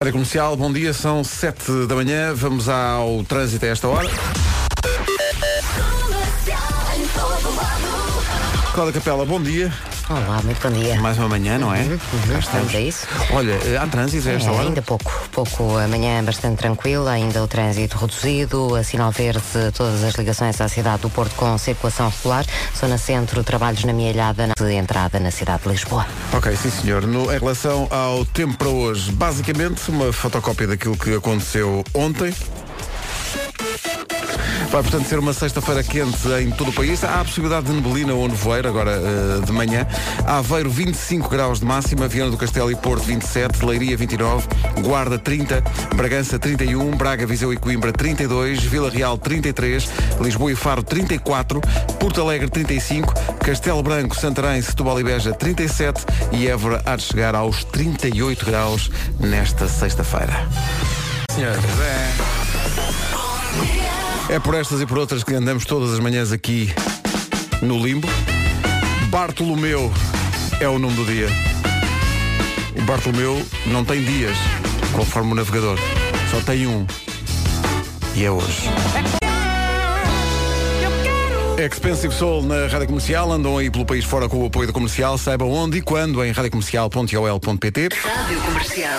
Rádio Comercial, bom dia, são 7 da manhã, vamos ao trânsito a esta hora. Cláudia Capela, bom dia. Olá, muito bom dia. Mais uma manhã, não é? Estamos a isso. Olha, há trânsito a esta hora? Ainda pouco. Amanhã bastante tranquila, ainda o trânsito reduzido, a sinal verde, todas as ligações à cidade do Porto com circulação regular. Zona Centro, trabalhos na Mielhada, na entrada na cidade de Lisboa. Ok, sim senhor. Em relação ao tempo para hoje, basicamente uma fotocópia daquilo que aconteceu ontem. Vai, portanto, ser uma sexta-feira quente em todo o país. Há a possibilidade de neblina ou nevoeiro agora de manhã. Aveiro, 25 graus de máxima. Viana do Castelo e Porto, 27. Leiria, 29. Guarda, 30. Bragança, 31. Braga, Viseu e Coimbra, 32. Vila Real, 33. Lisboa e Faro, 34. Porto Alegre, 35. Castelo Branco, Santarém, Setúbal e Beja, 37. E Évora há de chegar aos 38 graus nesta sexta-feira. Senhores, é por estas e por outras que andamos todas as manhãs aqui no limbo. Bartolomeu é o nome do dia. O Bartolomeu não tem dias, conforme o navegador. Só tem um. E é hoje. Expensive Soul na Rádio Comercial. Andam aí pelo país fora com o apoio da Comercial. Saibam onde e quando em radiocomercial.ol.pt. Rádio Comercial.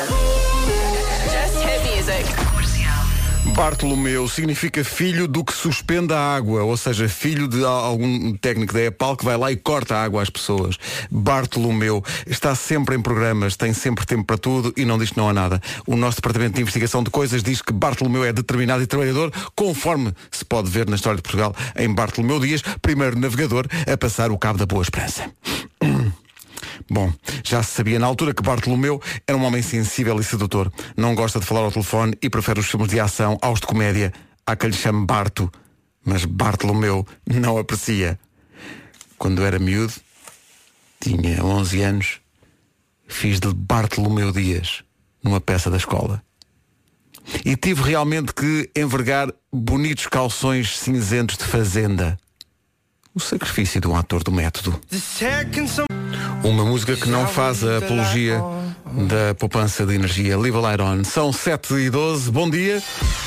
Bartolomeu significa filho do que suspende a água, ou seja, filho de algum técnico da EPAL que vai lá e corta a água às pessoas. Bartolomeu está sempre em programas, tem sempre tempo para tudo e não diz que não há nada. O nosso Departamento de Investigação de Coisas diz que Bartolomeu é determinado e trabalhador, conforme se pode ver na história de Portugal em Bartolomeu Dias, primeiro navegador a passar o Cabo da Boa Esperança. Bom, já se sabia na altura que Bartolomeu era um homem sensível e sedutor. Não gosta de falar ao telefone e prefere os filmes de ação aos de comédia. Há quem lhe chame Barto, mas Bartolomeu não aprecia. Quando era miúdo, tinha 11 anos, fiz de Bartolomeu Dias numa peça da escola. E tive realmente que envergar bonitos calções cinzentos de fazenda. O sacrifício de um ator do método. Uma música que não faz a apologia da poupança de energia. Live a Light On. São 7h12. Bom dia.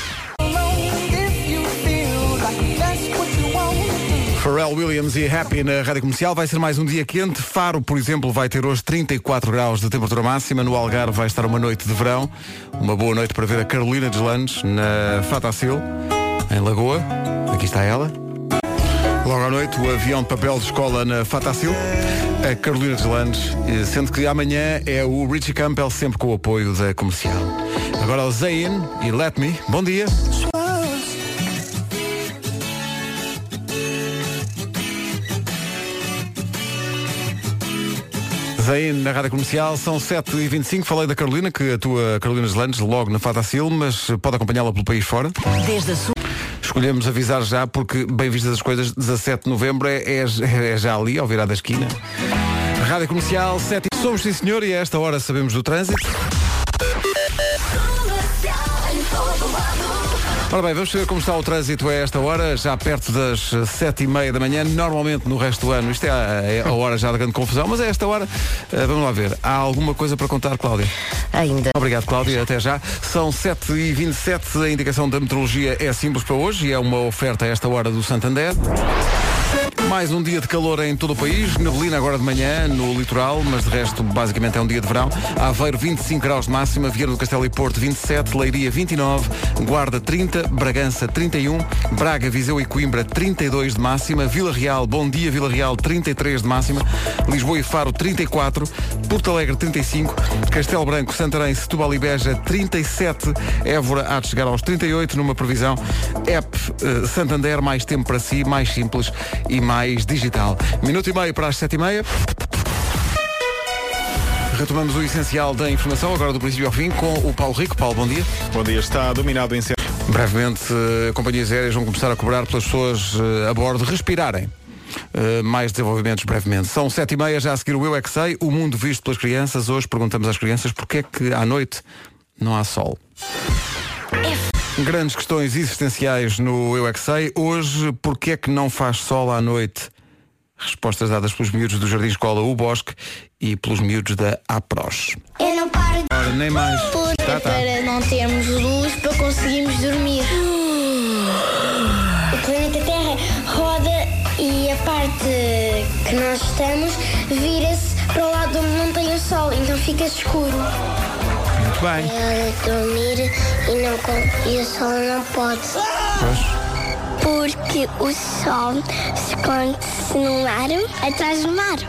Pharrell Williams e Happy na Rádio Comercial. Vai ser mais um dia quente. Faro, por exemplo, vai ter hoje 34 graus de temperatura máxima. No Algarve vai estar uma noite de verão. Uma boa noite para ver a Carolina Deslandes na Fatacil, em Lagoa. Aqui está ela. Logo à noite, o avião de papel de escola na Fatacil, a Carolina Deslandes, sendo que amanhã é o Richie Campbell, sempre com o apoio da Comercial. Agora o Zayn e Let Me. Bom dia. Zayn na Rádio Comercial, são 7h25. Falei da Carolina, que atua a Carolina Deslandes logo na Fatacil, mas pode acompanhá-la pelo país fora. Desde a sua... Escolhemos avisar já porque, bem vistas as coisas, 17 de novembro é já ali, ao virar da esquina. Rádio Comercial, 7. Somos sim senhor e a esta hora sabemos do trânsito. Ora bem, vamos ver como está o trânsito a esta hora, já perto das 7h30 da manhã. Normalmente no resto do ano, isto é a hora já da grande confusão, mas a esta hora, vamos lá ver. Há alguma coisa para contar, Cláudia? Ainda. Obrigado, Cláudia, até já. São 7h27, a indicação da meteorologia é simples para hoje e é uma oferta a esta hora do Santander. Mais um dia de calor em todo o país, neblina agora de manhã no litoral, mas de resto basicamente é um dia de verão. Aveiro 25 graus de máxima, Viana do Castelo e Porto 27, Leiria 29, Guarda 30, Bragança 31, Braga, Viseu e Coimbra 32 de máxima, Vila Real, bom dia Vila Real 33 de máxima, Lisboa e Faro 34, Porto Alegre 35, Castelo Branco, Santarém, Setúbal e Beja 37, Évora há de chegar aos 38 numa previsão Santander, mais tempo para si, mais simples e mais digital. Minuto e meio para as 7h30. Retomamos o essencial da informação, agora do princípio ao fim, com o Paulo Rico. Paulo, bom dia. Bom dia, está dominado o incêndio. Brevemente, companhias aéreas vão começar a cobrar pelas pessoas a bordo respirarem. Mais desenvolvimentos brevemente. São 7h30, já a seguir o Eu É Que Sei, o mundo visto pelas crianças. Hoje perguntamos às crianças porque é que à noite não há sol. Grandes questões existenciais no Eu É Que Sei. Hoje, porque é que não faz sol à noite? Respostas dadas pelos miúdos do Jardim Escola O Bosque e pelos miúdos da APROS. Eu não paro. Ora, nem mais. Para não termos luz para conseguirmos dormir. O planeta Terra roda e a parte que nós estamos vira-se para o lado onde não tem o sol, então fica escuro. Muito bem. Dormir e o sol não pode. Pois. Porque o sol esconde-se no mar, atrás do mar.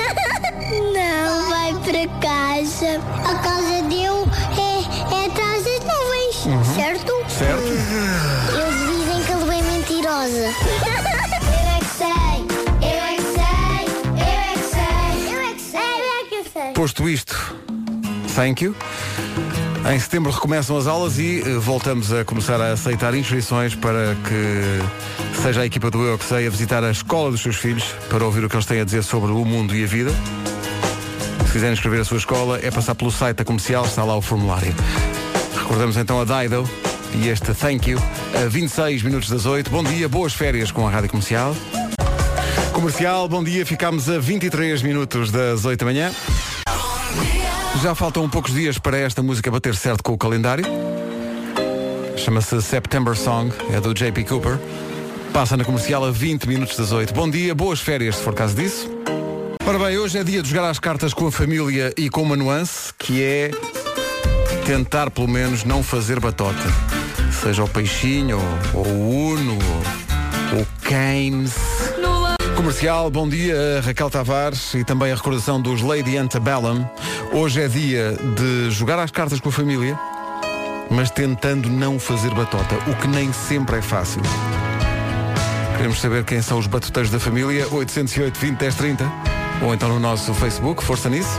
Não, vai para casa. A casa dele é atrás das nuvens, certo? Certo. Eles dizem que a lua é mentirosa. Eu é que sei, eu é que sei, eu é que sei, eu é que sei, eu é que sei. Posto isto, thank you. Em setembro recomeçam as aulas e voltamos a começar a aceitar inscrições para que seja a equipa do Eu Que Sei a visitar a escola dos seus filhos para ouvir o que eles têm a dizer sobre o mundo e a vida. Se quiserem inscrever a sua escola é passar pelo site da Comercial, está lá o formulário. Recordamos então a Dido e este Thank You a 26 minutos das 8. Bom dia, boas férias com a Rádio Comercial. Comercial, bom dia, ficámos a 23 minutos das 8 da manhã. Já faltam poucos dias para esta música bater certo com o calendário. Chama-se September Song, é do J.P. Cooper. Passa na Comercial a 20 minutos das 8. Bom dia, boas férias se for caso disso. Ora bem, hoje é dia de jogar às cartas com a família e com uma nuance, que é tentar pelo menos não fazer batota. Seja o peixinho, ou o Uno, ou o Keynes. Comercial, bom dia, Raquel Tavares e também a recordação dos Lady Antebellum. Hoje é dia de jogar às cartas com a família, mas tentando não fazer batota, o que nem sempre é fácil. Queremos saber quem são os batuteiros da família, 808 20 10 30, ou então no nosso Facebook, força nisso.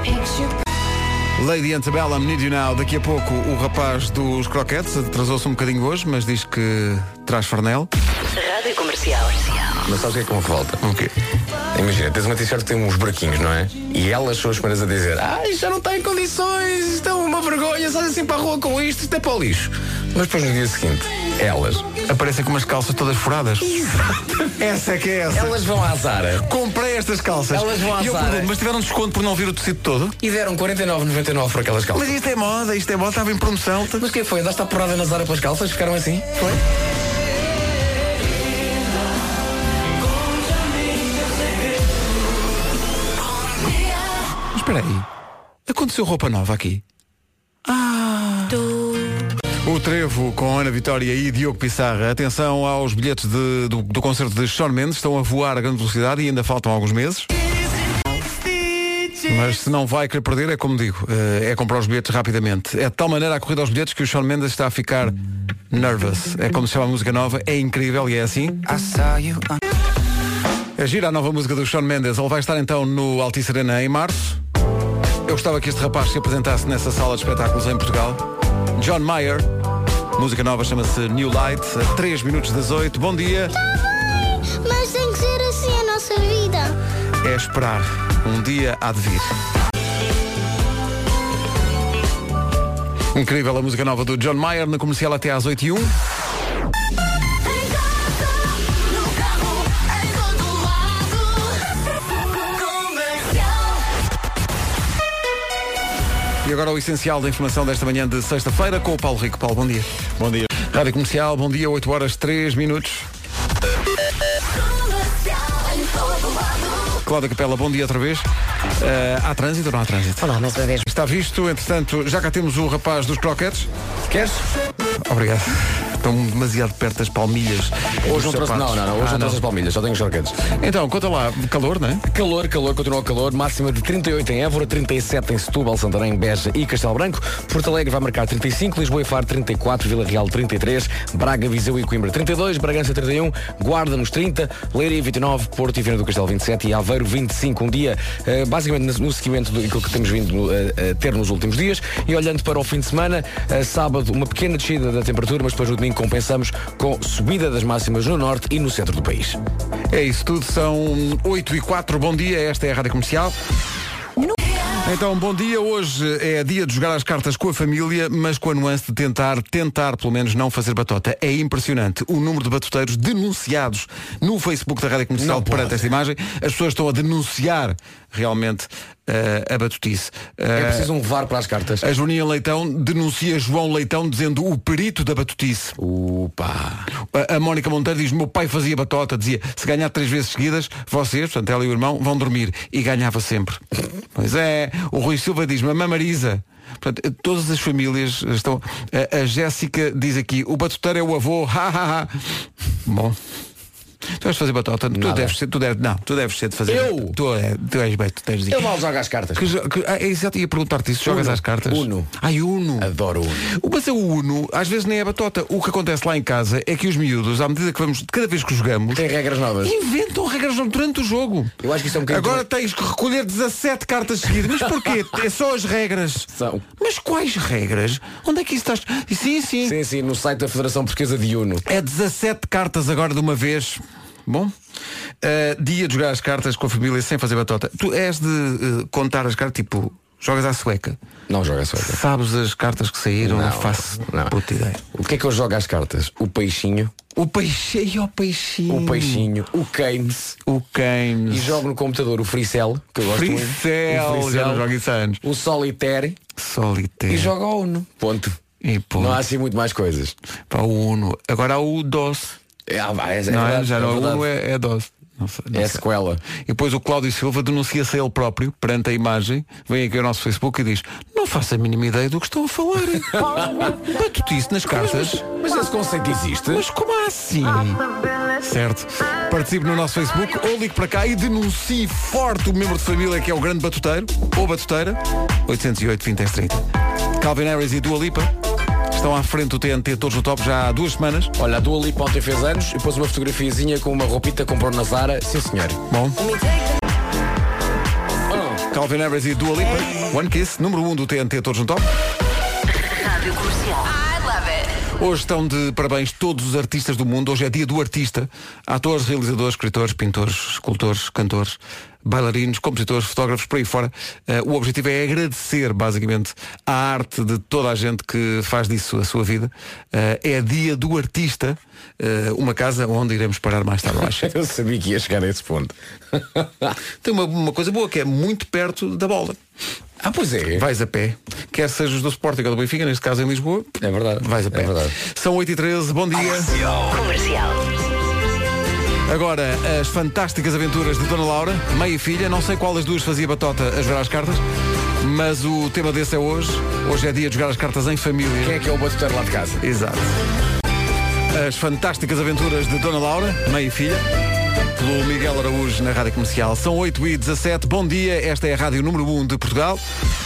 Lady Antebellum, Need You Now. Daqui a pouco o rapaz dos croquetes atrasou-se um bocadinho hoje, mas diz que traz farnel. Rádio Comercial. Mas sabes o que é que me revolta? O quê? Imagina, tens uma t-shirt que tem uns buraquinhos, não é? E elas são as primeiras a dizer: isto já não está em condições, isto é uma vergonha, sai assim para a rua com isto é para o lixo. Mas depois no dia seguinte, elas aparecem com umas calças todas furadas. Essa é que é essa. Elas vão à Zara. Comprei estas calças. Elas vão à e eu Zara. pergunto, mas tiveram desconto por não vir o tecido todo? E deram 49,99 por aquelas calças. Mas isto é moda, estava em promoção. Mas o que foi? Andaste à porrada na Zara pelas calças? Ficaram assim? Foi? Espera aí, aconteceu roupa nova aqui? O Trevo com Ana Vitória e Diogo Pissarra. Atenção aos bilhetes do concerto de Shawn Mendes. Estão a voar a grande velocidade e ainda faltam alguns meses. Mas se não vai querer perder, é como digo, é comprar os bilhetes rapidamente. É de tal maneira a corrida aos bilhetes que o Shawn Mendes está a ficar nervous. É como se chama a música nova, é incrível e é assim. É gira a nova música do Shawn Mendes. Ele vai estar então no Altice Arena em março. Eu gostava que este rapaz se apresentasse nessa sala de espetáculos em Portugal. John Mayer. Música nova chama-se New Light. A 3 minutos das 8. Bom dia. Tá bem, mas tem que ser assim a nossa vida. É esperar. Um dia há de vir. Incrível a música nova do John Mayer na Comercial até às 8h01. E agora o essencial da informação desta manhã de sexta-feira com o Paulo Rico. Paulo, bom dia. Bom dia. Rádio Comercial, bom dia, 8 horas 3 minutos. Cláudia Capela, bom dia outra vez. Há trânsito ou não há trânsito? Olá, mais uma vez. Está visto, entretanto, já cá temos o rapaz dos croquetes. Queres? Obrigado. Estão demasiado perto das palmilhas. Hoje não trouxe, não, hoje não não. trouxe as palmilhas, só tenho os croquetes. Então, conta lá, calor, não é? Calor, continua o calor, máxima de 38 em Évora, 37 em Setúbal, Santarém, Beja e Castelo Branco. Porto Alegre vai marcar 35, Lisboa e Faro 34, Vila Real 33, Braga, Viseu e Coimbra 32, Bragança 31, Guarda nos 30, Leiria 29, Porto e Viana do Castelo 27 e Aveiro 25. Um dia basicamente no seguimento daquilo que temos vindo a ter nos últimos dias. E olhando para o fim de semana, sábado uma pequena descida da temperatura, mas depois no domingo compensamos com subida das máximas no norte e no centro do país. É isso tudo, são 8h04, bom dia, esta é a Rádio Comercial. Então, bom dia, hoje é dia de jogar às cartas com a família, mas com a nuance de tentar pelo menos não fazer batota. É impressionante o número de batuteiros denunciados no Facebook da Rádio Comercial perante esta imagem. As pessoas estão a denunciar realmente a batutice. É preciso um VAR para as cartas. A Joaninha Leitão denuncia João Leitão dizendo o perito da batutice. Opa. A Mónica Monteiro diz, meu pai fazia batota, dizia, se ganhar 3 vezes seguidas, vocês, portanto ela e o irmão, vão dormir. E ganhava sempre. Pois é. O Rui Silva diz, mamãe Marisa. Portanto, todas as famílias estão. A Jéssica diz aqui, o batuteiro é o avô, ha ha ha. Bom. Tu vais fazer batota? Tu deves ser de fazer. Eu? Tu és bem, tu tens de... Eu mal jogo às cartas. Exato, ia perguntar-te isso. Jogas às cartas? Uno. Ai, Uno. Adoro Uno. Mas o Uno, às vezes nem é batota. O que acontece lá em casa é que os miúdos, à medida que vamos, cada vez que jogamos, tem regras novas. Inventam regras durante o jogo. Eu acho que isso é um bocadinho. Agora tens que recolher 17 cartas seguidas. Mas porquê? É só as regras. São. Mas quais regras? Onde é que isso estás? Sim, no site da Federação Portuguesa de Uno. É 17 cartas agora de uma vez. Bom, dia de jogar as cartas com a família sem fazer batota. Tu és de contar as cartas, tipo, jogas à sueca? Não jogo à sueca. Sabes as cartas que saíram? Não faço puta ideia. O que é que eu jogo às cartas? O peixinho. O peixinho. O Keynes. E jogo no computador o Freecell, que eu gosto muito. Freecell, já não jogo isso há anos. O Solitaire. E jogo ao Uno. Ponto. Não há assim muito mais coisas. Para o Uno. Agora há o DOS. Já não, o Uno é DOS. Não é a sequela. E depois o Cláudio Silva denuncia-se a ele próprio perante a imagem, vem aqui ao nosso Facebook e diz, não faço a mínima ideia do que estão a falar. Batutice nas cartas. Mas esse conceito existe? Mas como assim? Certo. Participe no nosso Facebook ou ligue para cá e denuncie forte o membro de família que é o grande batuteiro ou batuteira. 808-20-30. Calvin Harris e Dua Lipa estão à frente do TNT todos no top já há 2 semanas. Olha, a Dua Lipa ontem fez anos e pôs uma fotografiazinha com uma roupita que comprou na Zara. Sim, senhor. Bom. Calvin Harris e Dua Lipa. One Kiss, número 1 do TNT todos no top. Rádio Comercial. I love it. Hoje estão de parabéns todos os artistas do mundo. Hoje é dia do artista. Atores, realizadores, escritores, pintores, escultores, cantores, bailarinos, compositores, fotógrafos, por aí fora. O objetivo é agradecer, basicamente, a arte de toda a gente que faz disso a sua vida. É dia do artista, uma casa onde iremos parar mais tarde, eu acho. Eu sabia que ia chegar a esse ponto. Tem uma coisa boa, que é muito perto da bola. Pois é. Vais a pé. Quer sejas do Sporting ou do Benfica, neste caso em Lisboa. É verdade. Vais a pé. É verdade. São 8h13, bom dia. Comercial. Agora, as fantásticas aventuras de Dona Laura, mãe e filha. Não sei qual das duas fazia batota a jogar as cartas, mas o tema desse é hoje. Hoje é dia de jogar as cartas em família. Quem é que é o batuteiro lá de casa? Exato. As fantásticas aventuras de Dona Laura, mãe e filha, pelo Miguel Araújo na Rádio Comercial. São 8h17, bom dia. Esta é a Rádio número 1 de Portugal.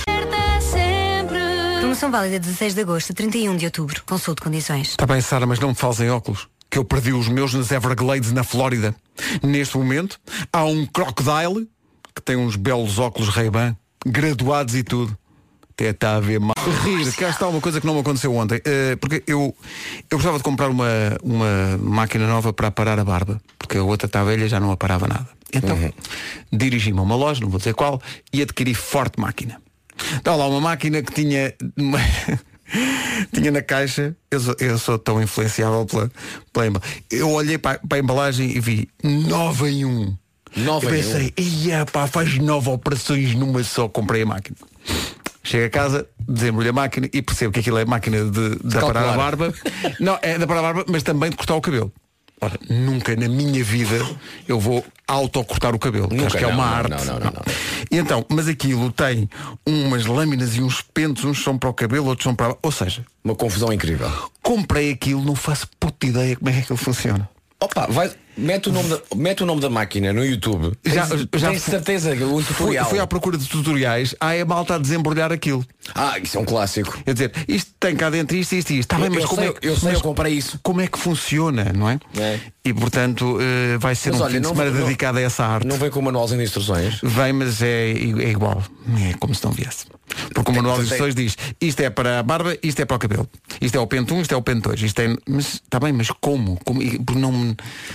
Promoção válida de 16 de agosto a 31 de outubro. Consulte condições. Está bem, Sara, mas não me fales em óculos, que eu perdi os meus nas Everglades, na Flórida. Neste momento, há um crocodile que tem uns belos óculos Ray-Ban, graduados e tudo. Até está a ver mal. Rir, cá está uma coisa que não me aconteceu ontem. Porque eu gostava de comprar uma máquina nova para aparar a barba, porque a outra está velha e já não aparava nada. Então, dirigi-me a uma loja, não vou dizer qual, e adquiri forte máquina. Está lá uma máquina que tinha... tinha na caixa, eu sou tão influenciável pela embalagem. Eu olhei para a embalagem e vi 9 em 1. Eu pensei, ia pá, faz 9 operações numa só, comprei a máquina. Chego a casa, desembrulho a máquina e percebo que aquilo é máquina de aparar a barba. Não, é de aparar a barba, mas também de cortar o cabelo. Ora, nunca na minha vida eu vou autocortar o cabelo. Acho que é uma arte. Não. E então, mas aquilo tem umas lâminas e uns pentos, uns são para o cabelo, outros são para... Ou seja, uma confusão incrível. Comprei aquilo, não faço puta ideia como é que aquilo funciona. Opa, mete o nome da máquina no YouTube. Já tens certeza que o tutorial. Fui à procura de tutoriais. A malta a desembrulhar aquilo. Isso é um clássico. Quer dizer, isto tem cá dentro isto. Está bem, mas eu comprei isso. Como é que funciona, não é? E portanto vai ser fim de semana dedicado a essa arte. Não vem com o manualzinho de instruções? Vem, mas é igual. É como se não viesse. Porque o manual de instruções diz, isto é para a barba, isto é para o cabelo. Isto é o pente 1, isto é o pente 2. Mas está bem, mas como? Porque não...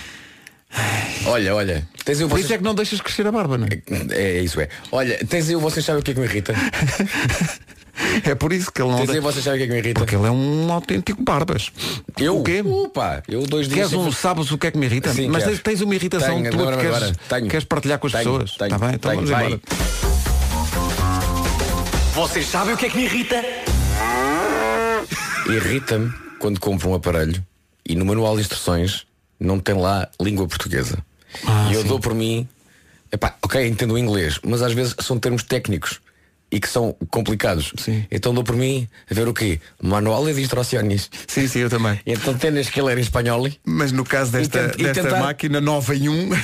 Olha, por isso é que não deixas crescer a barba, não é? Isso é. Olha, vocês sabem o que é que me irrita? É por isso que ele não... Quer dizer, vocês sabem o que é que me irrita? Porque ele é um autêntico barbas. Eu? O quê? Opa, eu 2 dias... Sabes o que é que me irrita? Sim, mas quero. tens uma irritação Tenho, tua que agora. queres partilhar com as pessoas. Está bem? Então vamos embora. Vocês sabem o que é que me irrita? Irrita-me quando compro um aparelho e no manual de instruções não tem lá língua portuguesa. E eu dou por mim... ok, entendo o inglês, mas às vezes são termos técnicos e que são complicados. Sim. Então dou por mim a ver o quê? Manual de instruções. Sim, eu também. E então tens que ler em espanhol. Mas no caso desta tentar... máquina 9 em 1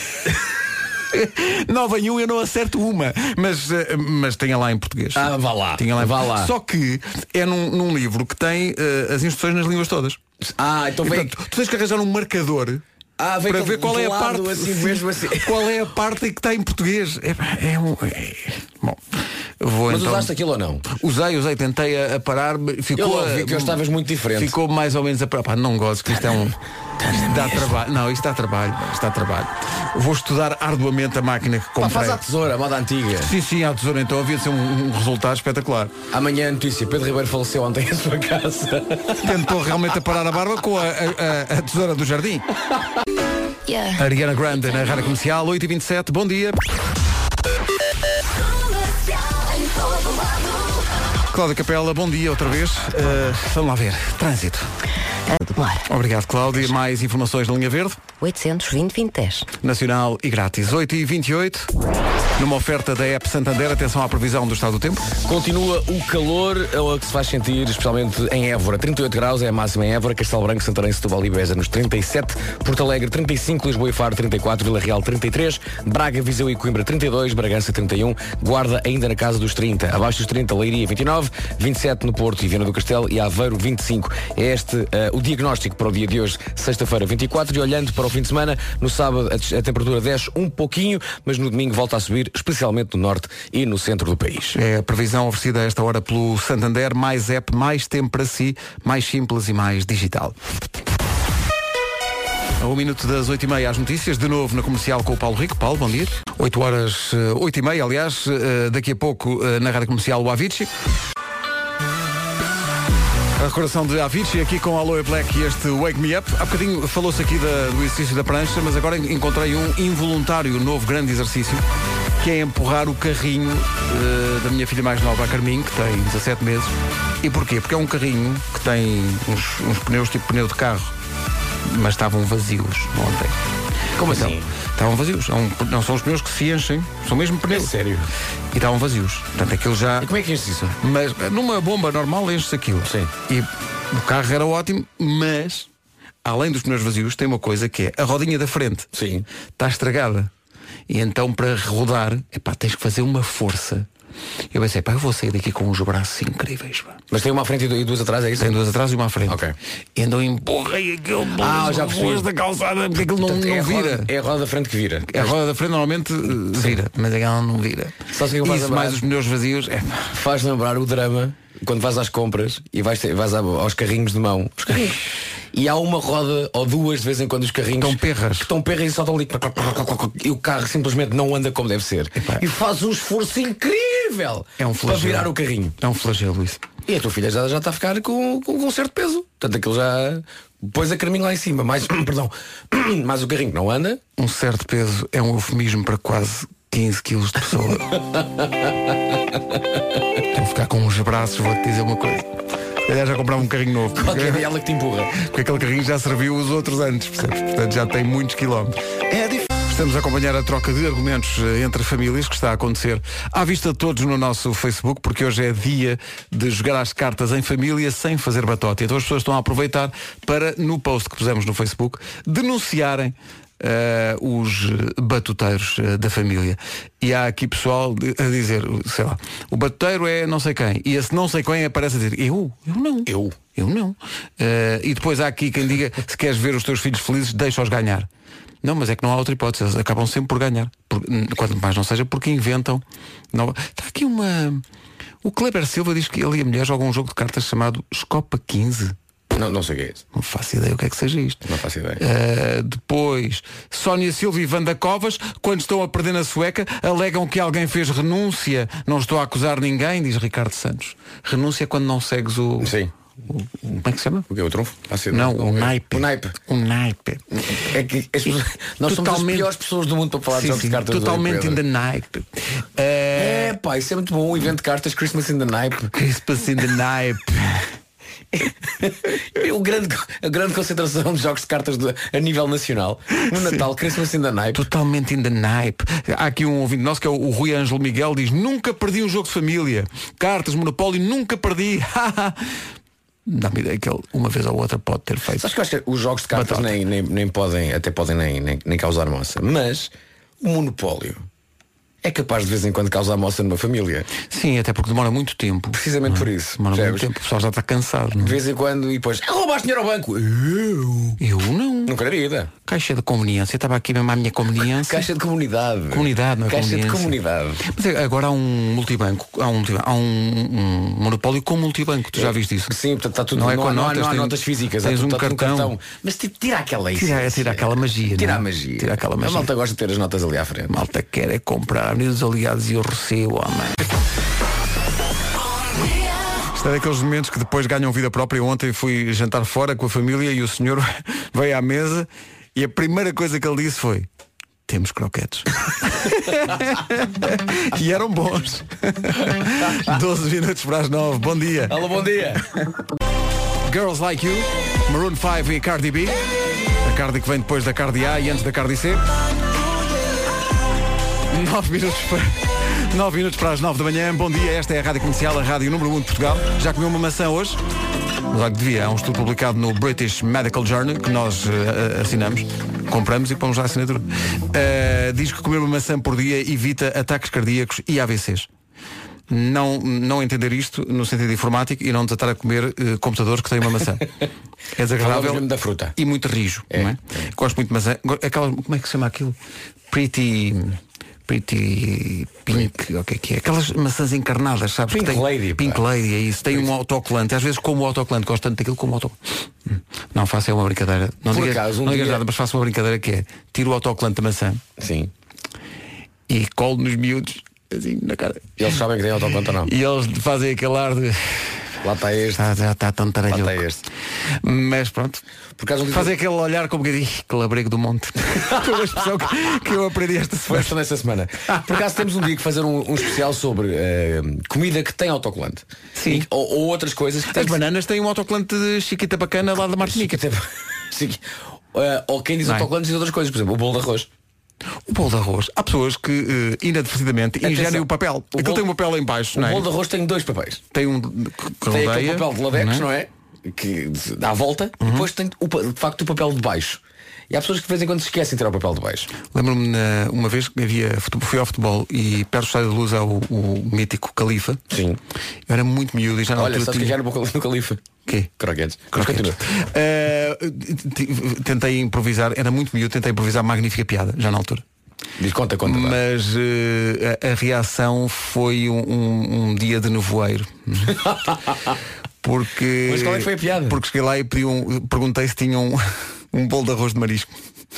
9 em 1 eu não acerto uma, mas tenha lá em português. Vá lá. Vá lá. Só que é num livro que tem as instruções nas línguas todas. Então vem... Portanto, tu tens que arranjar um marcador para ver qual é a parte assim, mesmo assim. Qual é a parte que está em português. Bom, mas usaste aquilo ou não? Usei, tentei a parar. Ficou, eu vi que eu estavas muito diferente. Ficou mais ou menos a parar. Não gosto, que isto é dá trabalho. Não, isto dá trabalho. Vou estudar arduamente a máquina que comprei. Faz à tesoura, a moda antiga. Sim, à tesoura. Então havia de ser um resultado espetacular. Amanhã a notícia: Pedro Ribeiro faleceu ontem em sua casa. Tentou realmente a parar a barba com a tesoura do jardim. Ariana Grande na Rádio Comercial, 8h27, bom dia. Cláudia Capela, bom dia outra vez. Vamos lá ver, trânsito. Obrigado, Cláudia. Mais informações na linha verde? 820-2010. Nacional e grátis. 8h28. Numa oferta da app Santander, atenção à previsão do estado do tempo. Continua o calor, o que se faz sentir, especialmente em Évora. 38 graus é a máxima em Évora, Castelo Branco, Santarém, Setúbal e Beja nos 37, Porto Alegre 35, Lisboa e Faro 34, Vila Real 33, Braga, Viseu e Coimbra 32, Bragança 31, Guarda ainda na casa dos 30. Abaixo dos 30, Leiria 29, 27 no Porto e Viana do Castelo e Aveiro 25. É este o diagnóstico para o dia de hoje, sexta-feira 24, e olhando para o fim de semana, no sábado a temperatura desce um pouquinho, mas no domingo volta a subir, especialmente no norte e no centro do país. É a previsão oferecida a esta hora pelo Santander, mais app, mais tempo para si, mais simples e mais digital. A 1 minuto das 8h30 às notícias, de novo na Comercial com o Paulo Rico. Paulo, bom dia. 8h30, aliás, daqui a pouco na Rádio Comercial o Avicii. A recordação de Avicii aqui com Aloe Black e este Wake Me Up. Há bocadinho falou-se aqui do exercício da prancha, mas agora encontrei um involuntário novo grande exercício, que é empurrar o carrinho da minha filha mais nova, a Carminho, que tem 17 meses. E porquê? Porque é um carrinho que tem uns pneus tipo pneu de carro, mas estavam vazios ontem. Como então, assim? Estavam vazios. Não são os pneus que se enchem, são mesmo pneus. É sério? E estavam vazios. Portanto, aquilo já... E como é que enche isso? Mas numa bomba normal enche-se aquilo. Sim. E o carro era ótimo, mas além dos pneus vazios tem uma coisa que é a rodinha da frente. Sim. Está estragada. E então para rodar, tens que fazer uma força. Eu pensei, eu vou sair daqui com uns braços incríveis. Mas tem uma à frente e duas atrás, é isso? Tem duas atrás e uma à frente. Ok. E então empurrei aquele já percebi. da calçada, porque aquilo Portanto, não vira. É a roda da frente que vira. A roda da frente normalmente vira, mas aquela não vira. Só se faz isso mais os pneus vazios. Faz lembrar o drama quando vais às compras e vais aos carrinhos de mão. Os carrinhos. E há uma roda ou duas de vez em quando os carrinhos estão perras e só estão ali e o carro simplesmente não anda como deve ser. E faz um esforço incrível para virar o carrinho. É um flagelo isso. E a tua filha já está a ficar com um certo peso. Portanto, aquilo já pôs a Carminho lá em cima. Mas o carrinho não anda. Um certo peso é um eufemismo para quase 15 quilos de pessoa. Vou ficar com uns braços, vou-te dizer uma coisa. Aliás, já comprava um carrinho novo. Qualquer dia ela que te empurra. Porque aquele carrinho já serviu os outros antes, percebes? Portanto, já tem muitos quilómetros. É difícil. Estamos a acompanhar a troca de argumentos entre famílias que está a acontecer à vista de todos no nosso Facebook, porque hoje é dia de jogar às cartas em família sem fazer batota. Então as pessoas estão a aproveitar para, no post que pusemos no Facebook, denunciarem os batuteiros da família. E há aqui pessoal a dizer, sei lá, o batuteiro é não sei quem, e esse não sei quem aparece a dizer, eu não. E depois há aqui quem diga, se queres ver os teus filhos felizes, deixa-os ganhar. Não, mas é que não há outra hipótese, eles acabam sempre por ganhar. Quanto mais não seja porque inventam. Está aqui uma... O Kleber Silva diz que ele e a mulher jogam um jogo de cartas chamado Escopa 15. Não sei o que é isso. Não faço ideia o que é que seja isto. Não faço ideia. Depois, Sónia Silva e Wanda Covas, quando estão a perder na sueca, alegam que alguém fez renúncia. Não estou a acusar ninguém, diz Ricardo Santos. Renúncia quando não segues o... Sim. Como é que se chama? O que é o trunfo? Não, o naipe. O naipe. É que nós somos as piores pessoas do mundo para falar de jogos de cartas. Totalmente in the naipe. Pá, isso é muito bom. O evento de cartas Christmas in the Naipe. Christmas in the naipe. A grande concentração de jogos de cartas a nível nacional. No Natal, Christmas in the Naipe. Totalmente in the naipe. Há aqui um ouvinte nosso que é o Rui Ângelo Miguel, diz: nunca perdi um jogo de família. Cartas, Monopólio, nunca perdi. Dá-me ideia que ele uma vez ou outra pode ter feito. Acho que os jogos de cartas nem podem, até podem nem causar moça. Mas o Monopólio é capaz de vez em quando causar moça numa família. Sim, até porque demora muito tempo. Precisamente por isso. Demora muito tempo, o pessoal já está cansado. Não? De vez em quando e depois roubaste dinheiro ao banco. Eu não. Nunca daria ida. Caixa de conveniência. Eu estava aqui mesmo à minha conveniência. Caixa de comunidade. Comunidade, não é? Caixa conveniência. de comunidade. Mas agora há um multibanco. Há um monopólio com multibanco. Tu já viste isso? Sim, portanto está tudo. Não é com não notas. Há notas físicas. Tens um cartão. Mas tira aquela Tira aquela magia. Tira a magia. Tira aquela magia. A malta gosta de ter as notas ali à frente. A malta quer é comprar. Unidos Aliados e eu recebo, homem. Isto é daqueles momentos que depois ganham vida própria. Ontem fui jantar fora com a família e o senhor veio à mesa e a primeira coisa que ele disse foi: temos croquetes. E eram bons. 12 minutos para as 9. Bom dia. Alô, bom dia. Girls Like You, Maroon 5 e Cardi B. A Cardi que vem depois da Cardi A e antes da Cardi C. 9 minutos para as 9 da manhã. Bom dia, esta é a Rádio Comercial, a Rádio número 1 de Portugal. Já comeu uma maçã hoje? Mas olha que devia, há um estudo publicado no British Medical Journal que nós assinamos, compramos e pomos lá a assinatura. Diz que comer uma maçã por dia evita ataques cardíacos e AVCs. Não entender isto no sentido informático e não tratar a comer computadores que têm uma maçã. É desagradável da fruta. E muito rijo, não é? Gosto muito de maçã. Aquela, como é que se chama aquilo? Pretty Pink, o que é? Aquelas maçãs encarnadas, sabes? Pink Lady. Pink Lady, é isso. Tem um autocolante. Às vezes como o autocolante, gosto tanto daquilo como o autocolante. Não, faço uma brincadeira. Não digas nada, mas faço uma brincadeira que é: tiro o autocolante da maçã. Sim. E colo nos miúdos, assim, na cara. Eles sabem que tem autocolante ou não? E eles fazem aquele ar de... Lá está este. Já está tão taralhoco. Lá está este. Mas pronto. Fazer aquele olhar como que diz que labrego do monte. Foi uma expressão que eu aprendi esta semana. Foi nesta semana. Por acaso temos um dia que fazer um especial sobre comida que tem autocolante. Sim. Ou outras coisas que as bananas têm um autocolante de chiquita bacana lá da Martinica. Ou quem diz autocolante diz outras coisas. Por exemplo, o bolo de arroz. O bolo de arroz. Há pessoas que inadvertidamente ingerem o papel. Aquilo tem um papel em baixo, não é? O bolo de arroz tem dois papéis. Tem um tem aquele papel de ladex, não é? Que dá a volta. E depois tem de facto o papel de baixo. E há pessoas que de vez em quando se esquecem de tirar o papel de baixo. Lembro-me uma vez que fui ao futebol e perto do Estádio da Luz há o mítico Califa. Sim. Eu era muito miúdo e já na altura. Olha, sabes que era no Califa? Quê? Croquetes. Tentei improvisar, era muito miúdo, tentei improvisar magnífica piada, já na altura. Diz, conta. Mas a reação foi um dia de nevoeiro. Porque... Mas qual é que foi a piada? Porque cheguei lá e perguntei se tinham um bolo de arroz de marisco.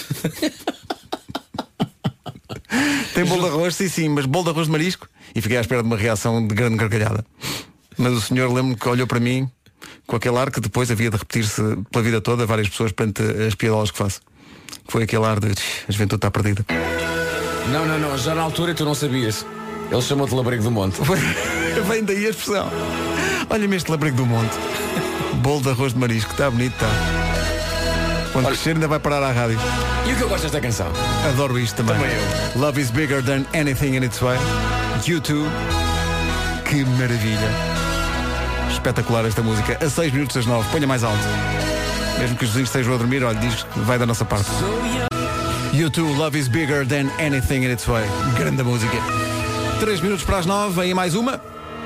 Tem bolo de arroz? Sim, mas bolo de arroz de marisco? E fiquei à espera de uma reação de grande gargalhada. Mas o senhor, lembro-me que olhou para mim com aquele ar que depois havia de repetir-se pela vida toda, várias pessoas perante as piadolas que faço. Foi aquele ar de a juventude está perdida. Não, já na altura tu não sabias. Ele chamou-te labrego do monte. Vem daí a expressão. Olha-me este labrego do monte. Bolo de arroz de marisco, está bonito, está. Quando crescer ainda vai parar à rádio. E o que eu gosto desta canção? Adoro isto também. Eu. Love is bigger than anything in its way. U2. Que maravilha. Espetacular esta música. A 6 minutos das 9. Ponha mais alto. Mesmo que os vizinhos estejam a dormir, olha, diz que vai da nossa parte. U2, Love is bigger than anything in its way. Grande música. 3 minutos para as 9, vem mais uma.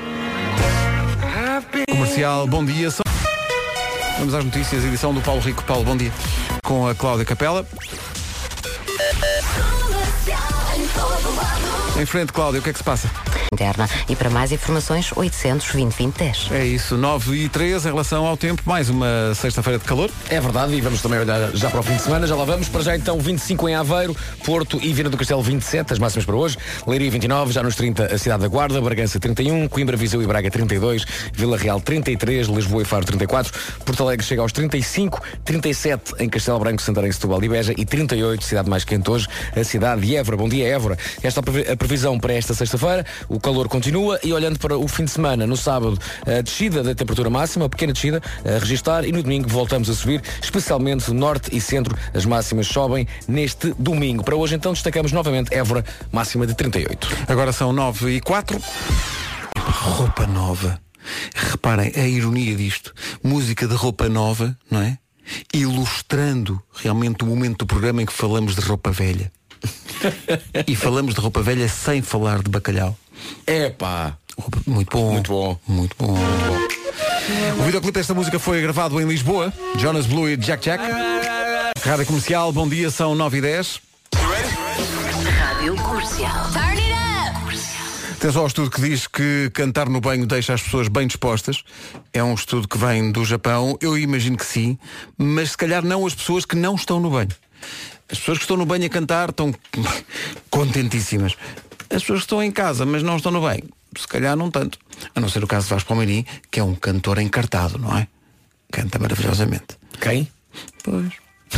Comercial, bom dia. Vamos às notícias, edição do Paulo Rico. Paulo, bom dia. Com a Cláudia Capela. Em frente, Cláudia, o que é que se passa? interna. E para mais informações, 800-2020-10. É isso, 9:03 em relação ao tempo, mais uma sexta-feira de calor. É verdade, e vamos também olhar já para o fim de semana, já lá vamos. Para já então 25 em Aveiro, Porto e Viana do Castelo 27, as máximas para hoje. Leiria 29, já nos 30 a cidade da Guarda, Bragança 31, Coimbra, Viseu e Braga 32, Vila Real 33, Lisboa e Faro 34, Porto Alegre chega aos 35, 37 em Castelo Branco, Santarém, Setúbal e Beja e 38, cidade mais quente hoje, a cidade de Évora. Bom dia, Évora. Esta é a previsão para esta sexta-feira. O calor continua e olhando para o fim de semana, no sábado, a descida da temperatura máxima, a pequena descida a registar, e no domingo voltamos a subir, especialmente no norte e centro, as máximas sobem neste domingo. Para hoje então destacamos novamente Évora, máxima de 38. Agora são 9:04. Roupa nova. Reparem a ironia disto. Música de roupa nova, não é? Ilustrando realmente o momento do programa em que falamos de roupa velha. E falamos de roupa velha sem falar de bacalhau. Epá! Muito bom. Muito bom. Muito bom. O videoclipe desta música foi gravado em Lisboa. Jonas Blue e Jack Jack. Rádio Comercial, bom dia, são 9:10. Rádio Comercial. Turn it up! Atenção ao estudo que diz que cantar no banho deixa as pessoas bem dispostas. É um estudo que vem do Japão. Eu imagino que sim, mas se calhar não as pessoas que não estão no banho. As pessoas que estão no banho a cantar estão contentíssimas. As pessoas que estão em casa, mas não estão no banho, se calhar não tanto. A não ser o caso de Vasco Palmeirim, que é um cantor encartado, não é? Canta maravilhosamente. Quem? Pois.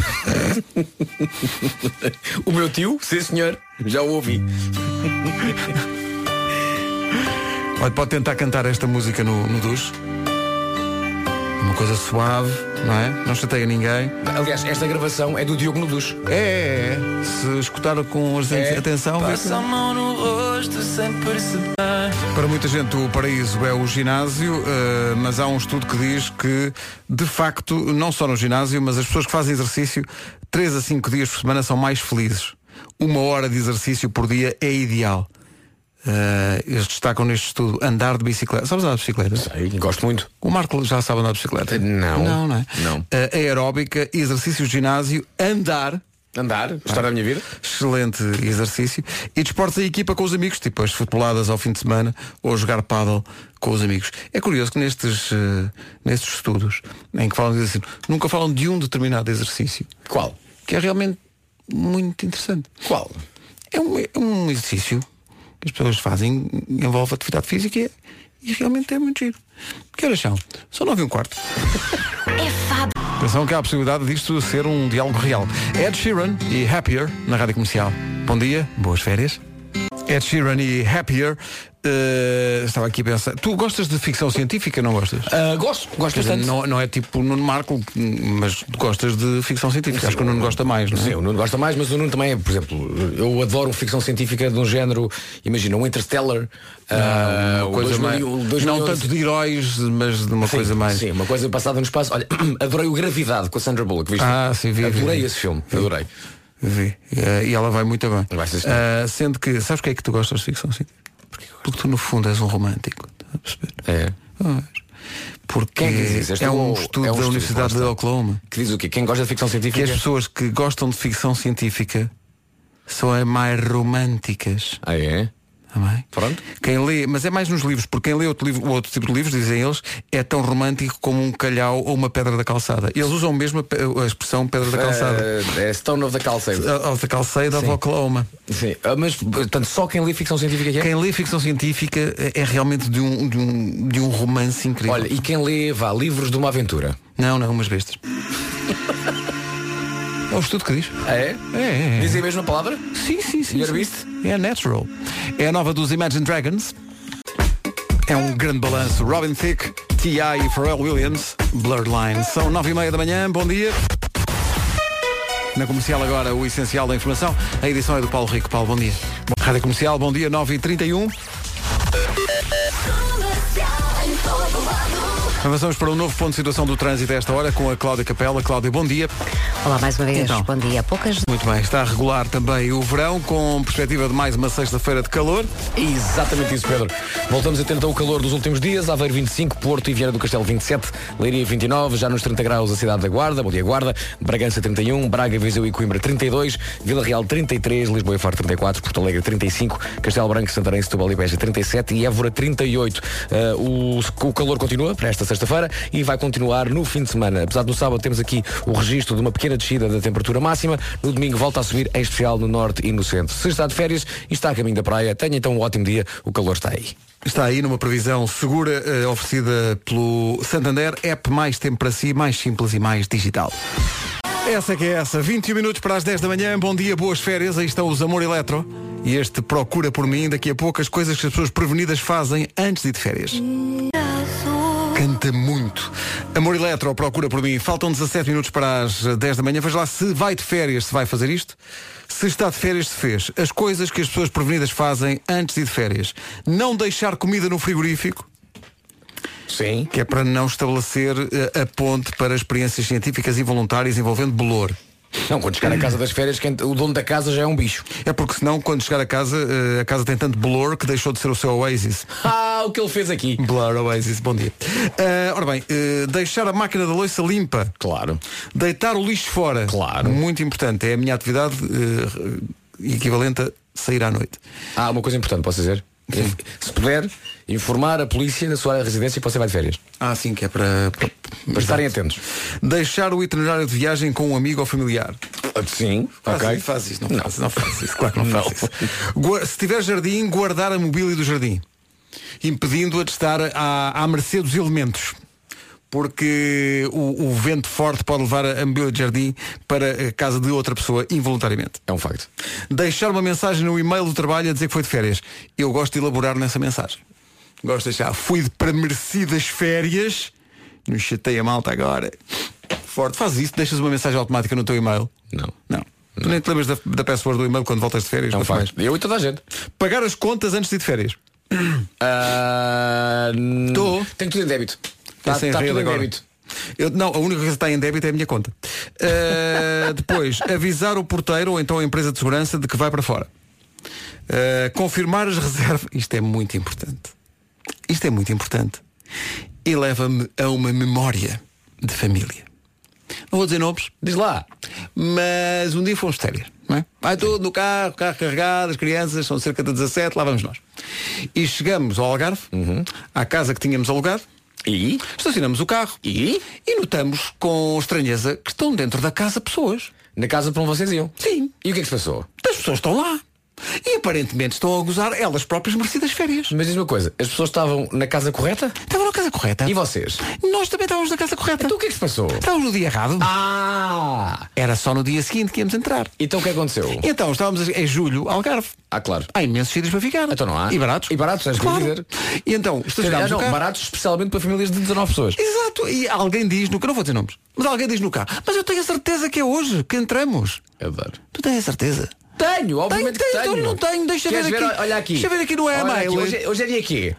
O meu tio? Sim, senhor. Já o ouvi. Olha, pode tentar cantar esta música no duche. Uma coisa suave, não é? Não chateia ninguém. Aliás, esta gravação é do Diogo no duche. É. Se escutar com atenção... Passa a mão no rosto sem perceber. Para muita gente o paraíso é o ginásio, mas há um estudo que diz que, de facto, não só no ginásio, mas as pessoas que fazem exercício 3 a 5 dias por semana são mais felizes. 1 hora de exercício por dia é ideal. Eles destacam neste estudo andar de bicicleta. Sabes andar de bicicleta? Sei, gosto muito. O Marco já sabe andar de bicicleta? Não. Não é? Não. Aeróbica, exercícios de ginásio, andar, história da minha vida. excelente exercício. E desportos em equipa com os amigos, tipo as futeboladas ao fim de semana ou jogar pádel com os amigos. É curioso que nestes estudos em que falam assim, nunca falam de um determinado exercício. Qual? Que é realmente muito interessante. Qual? É um exercício que as pessoas fazem, envolve atividade física e realmente é muito giro. Que horas são? São 9:15. É fábio. Atenção que há a possibilidade disto ser um diálogo real. Ed Sheeran e Happier na Rádio Comercial. Bom dia, boas férias. Ed Sheeran e Happier. Estava aqui a pensar. Tu gostas de ficção científica, não gostas? Gosto Dizer, bastante. não é tipo o Nuno Marco, mas gostas de ficção científica. Acho que o Nuno gosta mais, não é? Sim, o Nuno gosta mais, mas o Nuno também é, por exemplo, eu adoro ficção científica de um género, imagina, um Interstellar, uma coisa mais, não tanto de heróis, mas de uma coisa mais. Sim, uma coisa passada no espaço. Olha, adorei o Gravidade com a Sandra Bullock, viste? Sim, vi. Adorei esse filme, adorei. Vi. E ela vai muito bem. Vai ser sendo que, sabes que é que tu gostas de ficção científica? Porque tu no fundo és um romântico. Estás a perceber? É. Porque é um estudo da Universidade de Oklahoma. Que diz o quê? Quem gosta de ficção científica? Que as pessoas que gostam de ficção científica são as mais românticas. Ah, é? Também. Pronto. Quem lê, mas é mais nos livros, porque quem lê outro tipo de livros, dizem eles, é tão romântico como um calhau ou uma pedra da calçada. Eles usam mesmo a expressão pedra da calçada. É Stone of the Calisade. Of the Calisade of Oklahoma. Sim. Mas, portanto, só quem lê ficção científica é? Quem lê ficção científica é realmente de um romance incrível. Olha, e quem lê, livros de uma aventura? Não, umas bestas. É o estudo que diz. É? É. Dizem a mesma palavra? Sim. You're Beast? É natural. É a nova dos Imagine Dragons. É um grande balanço. Robin Thicke, T.I. e Pharrell Williams, Blurred Lines. São 9:30 da manhã. Bom dia. Na Comercial agora o essencial da informação. A edição é do Paulo Rico. Paulo, bom dia. Rádio Comercial, bom dia, 9:31. Avançamos para um novo ponto de situação do trânsito a esta hora com a Cláudia Capela. Cláudia, bom dia. Olá, mais uma vez, Então. bom dia. Poucas... Muito bem, está a regular também o verão com perspectiva de mais uma sexta-feira de calor. Exatamente isso, Pedro. Voltamos a ter então o calor dos últimos dias. Aveiro 25, Porto e Viana do Castelo 27, Leiria 29, já nos 30 graus a cidade da Guarda, bom dia Guarda, Bragança 31, Braga, Viseu e Coimbra 32, Vila Real 33, Lisboa e Faro 34, Porto Alegre 35, Castelo Branco, Santarém, Setúbal e Beja 37 e Évora 38. O calor continua para esta sexta-feira e vai continuar no fim de semana. Apesar de no sábado temos aqui o registro de uma pequena descida da temperatura máxima, no domingo volta a subir, em especial no norte e no centro. Se está de férias e está a caminho da praia, tenha então um ótimo dia, o calor está aí. Está aí numa previsão segura oferecida pelo Santander, app mais tempo para si, mais simples e mais digital. Essa que é essa, 21 minutos para as 10 da manhã, bom dia, boas férias, aí estão os Amor Eletro e este Procura por Mim, daqui a pouco as coisas que as pessoas prevenidas fazem antes de ir de férias. Canta muito. Amor Eletro, Procura por Mim, faltam 17 minutos para as 10 da manhã, veja lá se vai de férias, se vai fazer isto. Se está de férias, se fez. As coisas que as pessoas prevenidas fazem antes de ir de férias. Não deixar comida no frigorífico. Sim. Que é para não estabelecer a ponte para experiências científicas e voluntárias envolvendo bolor. Não, quando chegar a casa das férias, o dono da casa já é um bicho. É porque senão, quando chegar a casa tem tanto bolor que deixou de ser o seu Oasis. O que ele fez aqui. Blur Oasis, bom dia. Ora bem, deixar a máquina da louça limpa. Claro. Deitar o lixo fora. Claro. Muito importante. É a minha atividade equivalente a sair à noite. Uma coisa importante, posso dizer? Sim. Se puder, informar a polícia na sua residência que você vai de férias. Sim, que é para estarem atentos. Deixar o itinerário de viagem com um amigo ou familiar. Sim, Faz isso, não faz isso. Claro que não faz isso. Se tiver jardim, guardar a mobília do jardim, impedindo-a de estar à mercê dos elementos. Porque o vento forte pode levar a mobília de jardim para a casa de outra pessoa involuntariamente. É um facto. Deixar uma mensagem no e-mail do trabalho a dizer que foi de férias. Eu gosto de elaborar nessa mensagem. Gosto de deixar. Fui para merecidas férias. Não chatei a malta agora. Forte. Faz isso. Deixas uma mensagem automática no teu e-mail. Não. Tu nem te lembras da password do e-mail quando voltas de férias. Não faz. Eu e toda a gente. Pagar as contas antes de ir de férias. Tenho tudo em débito. Está tudo em débito. A única coisa que está em débito é a minha conta. Depois, avisar o porteiro ou então a empresa de segurança de que vai para fora. Confirmar as reservas. Isto é muito importante. E leva-me a uma memória de família. Não vou dizer nomes, diz lá. Mas um dia fomos de férias, não é? Vai tudo no carro carregado, as crianças, são cerca de 17, lá vamos nós. E chegamos ao Algarve, à casa que tínhamos alugado. E estacionamos o carro e notamos com estranheza que estão dentro da casa pessoas. Na casa para onde vocês iam? Sim. E o que é que se passou? As pessoas estão lá. E aparentemente estão a gozar elas próprias merecidas férias. Mas diz uma coisa, as pessoas estavam na casa correta? Estavam na casa correta. E vocês? Nós também estávamos na casa correta. Então o que é que se passou? Estávamos no dia errado. Era só no dia seguinte que íamos entrar. Então o que aconteceu? Então estávamos em julho, Algarve. Claro. Há imensos sítios para ficar. Então não há. E baratos. E baratos, és claro. Dizer. E então estacionámos o carro. Baratos especialmente para famílias de 19 pessoas. Exato. E alguém diz, não vou dizer nomes, mas alguém diz no carro, mas eu tenho a certeza que é hoje que entramos. Eu adoro. Tu tens a certeza? Tenho, obviamente que tenho. Não tenho, deixa ver aqui. Olha aqui. Deixa ver aqui no e-mail. Hoje é dia quê?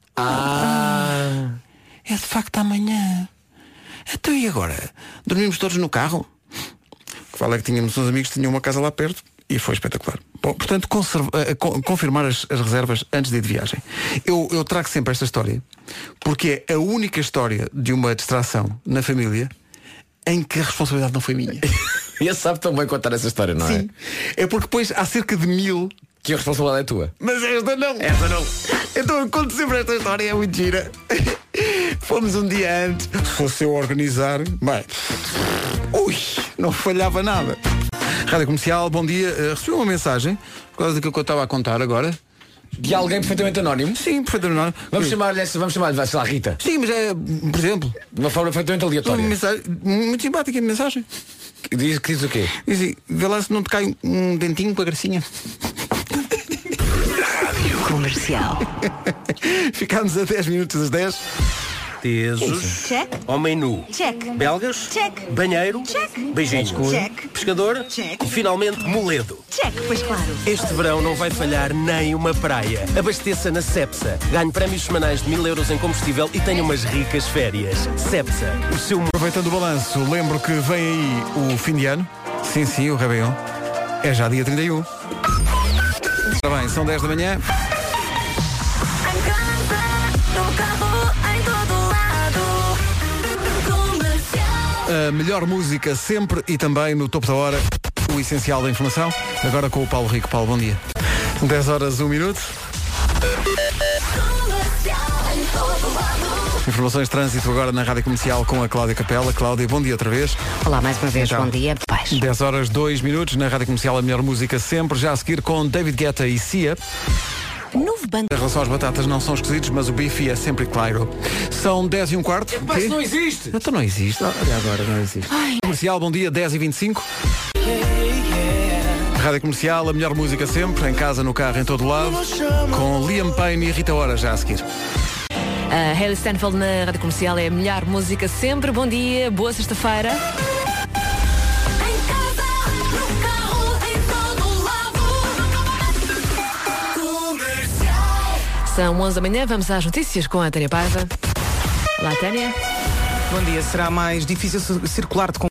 É de facto amanhã. Então e agora? Dormimos todos no carro? O que fala é que tínhamos uns amigos que tinham uma casa lá perto e foi espetacular. Bom, portanto, confirmar as reservas antes de ir de viagem. Eu trago sempre esta história porque é a única história de uma distração na família em que a responsabilidade não foi minha. E ele sabe tão bem contar essa história, não é? Sim. É porque depois há cerca de 1000 que a responsabilidade é tua. Mas esta não. Então eu conto sempre esta história, é muito gira. Fomos um dia antes. Se fosse eu organizar, bem, não falhava nada. Rádio Comercial, bom dia. Recebi uma mensagem por causa daquilo que eu estava a contar agora. De alguém perfeitamente anónimo? Sim, perfeitamente anónimo. Vamos chamar-lhe, sei lá, Rita. Sim, mas é, por exemplo, de uma forma perfeitamente aleatória. Uma mensagem muito simpática a mensagem. Que diz o quê? Diz assim, vê lá se não te cai um dentinho com a gracinha. Rádio Comercial. Ficámos a 10 minutos das 10. Tesos. Check. Homem nu. Check. Belgas. Check. Banheiro. Check. Beijinho. Check. Pescador. Check. E finalmente Moledo. Check, pois claro. Este verão não vai falhar nem uma praia. Abasteça na Cepsa. Ganhe prémios semanais de 1000 euros em combustível e tenha umas ricas férias. Cepsa, o seu... Aproveitando o balanço, lembro que vem aí o fim de ano. Sim, o Réveillon. É já dia 31. Ora bem, são 10 da manhã. A melhor música sempre e também no topo da hora, o essencial da informação. Agora com o Paulo Rico. Paulo, bom dia. 10 horas, 1 minuto. Informações de trânsito agora na Rádio Comercial com a Cláudia Capela. Cláudia, bom dia outra vez. Olá, mais uma vez, Então, bom dia. Paz. 10 horas, 2 minutos na Rádio Comercial, a melhor música sempre. Já a seguir com David Guetta e Sia. Novo banco. Em relação às batatas não são esquisitos, mas o bife é sempre claro. São 10 e um quarto. Mas não existe. Então não existe. Olha agora, não existe. Comercial, bom dia, 10h25. Rádio Comercial, a melhor música sempre, em casa, no carro, em todo lado, com Liam Payne e Rita Ora já a seguir. A Hailey Steinfeld na Rádio Comercial é a melhor música sempre. Bom dia, boa sexta-feira. São 11 da manhã, vamos às notícias com a Tânia Paiva. Olá, Tânia. Bom dia, será mais difícil circular de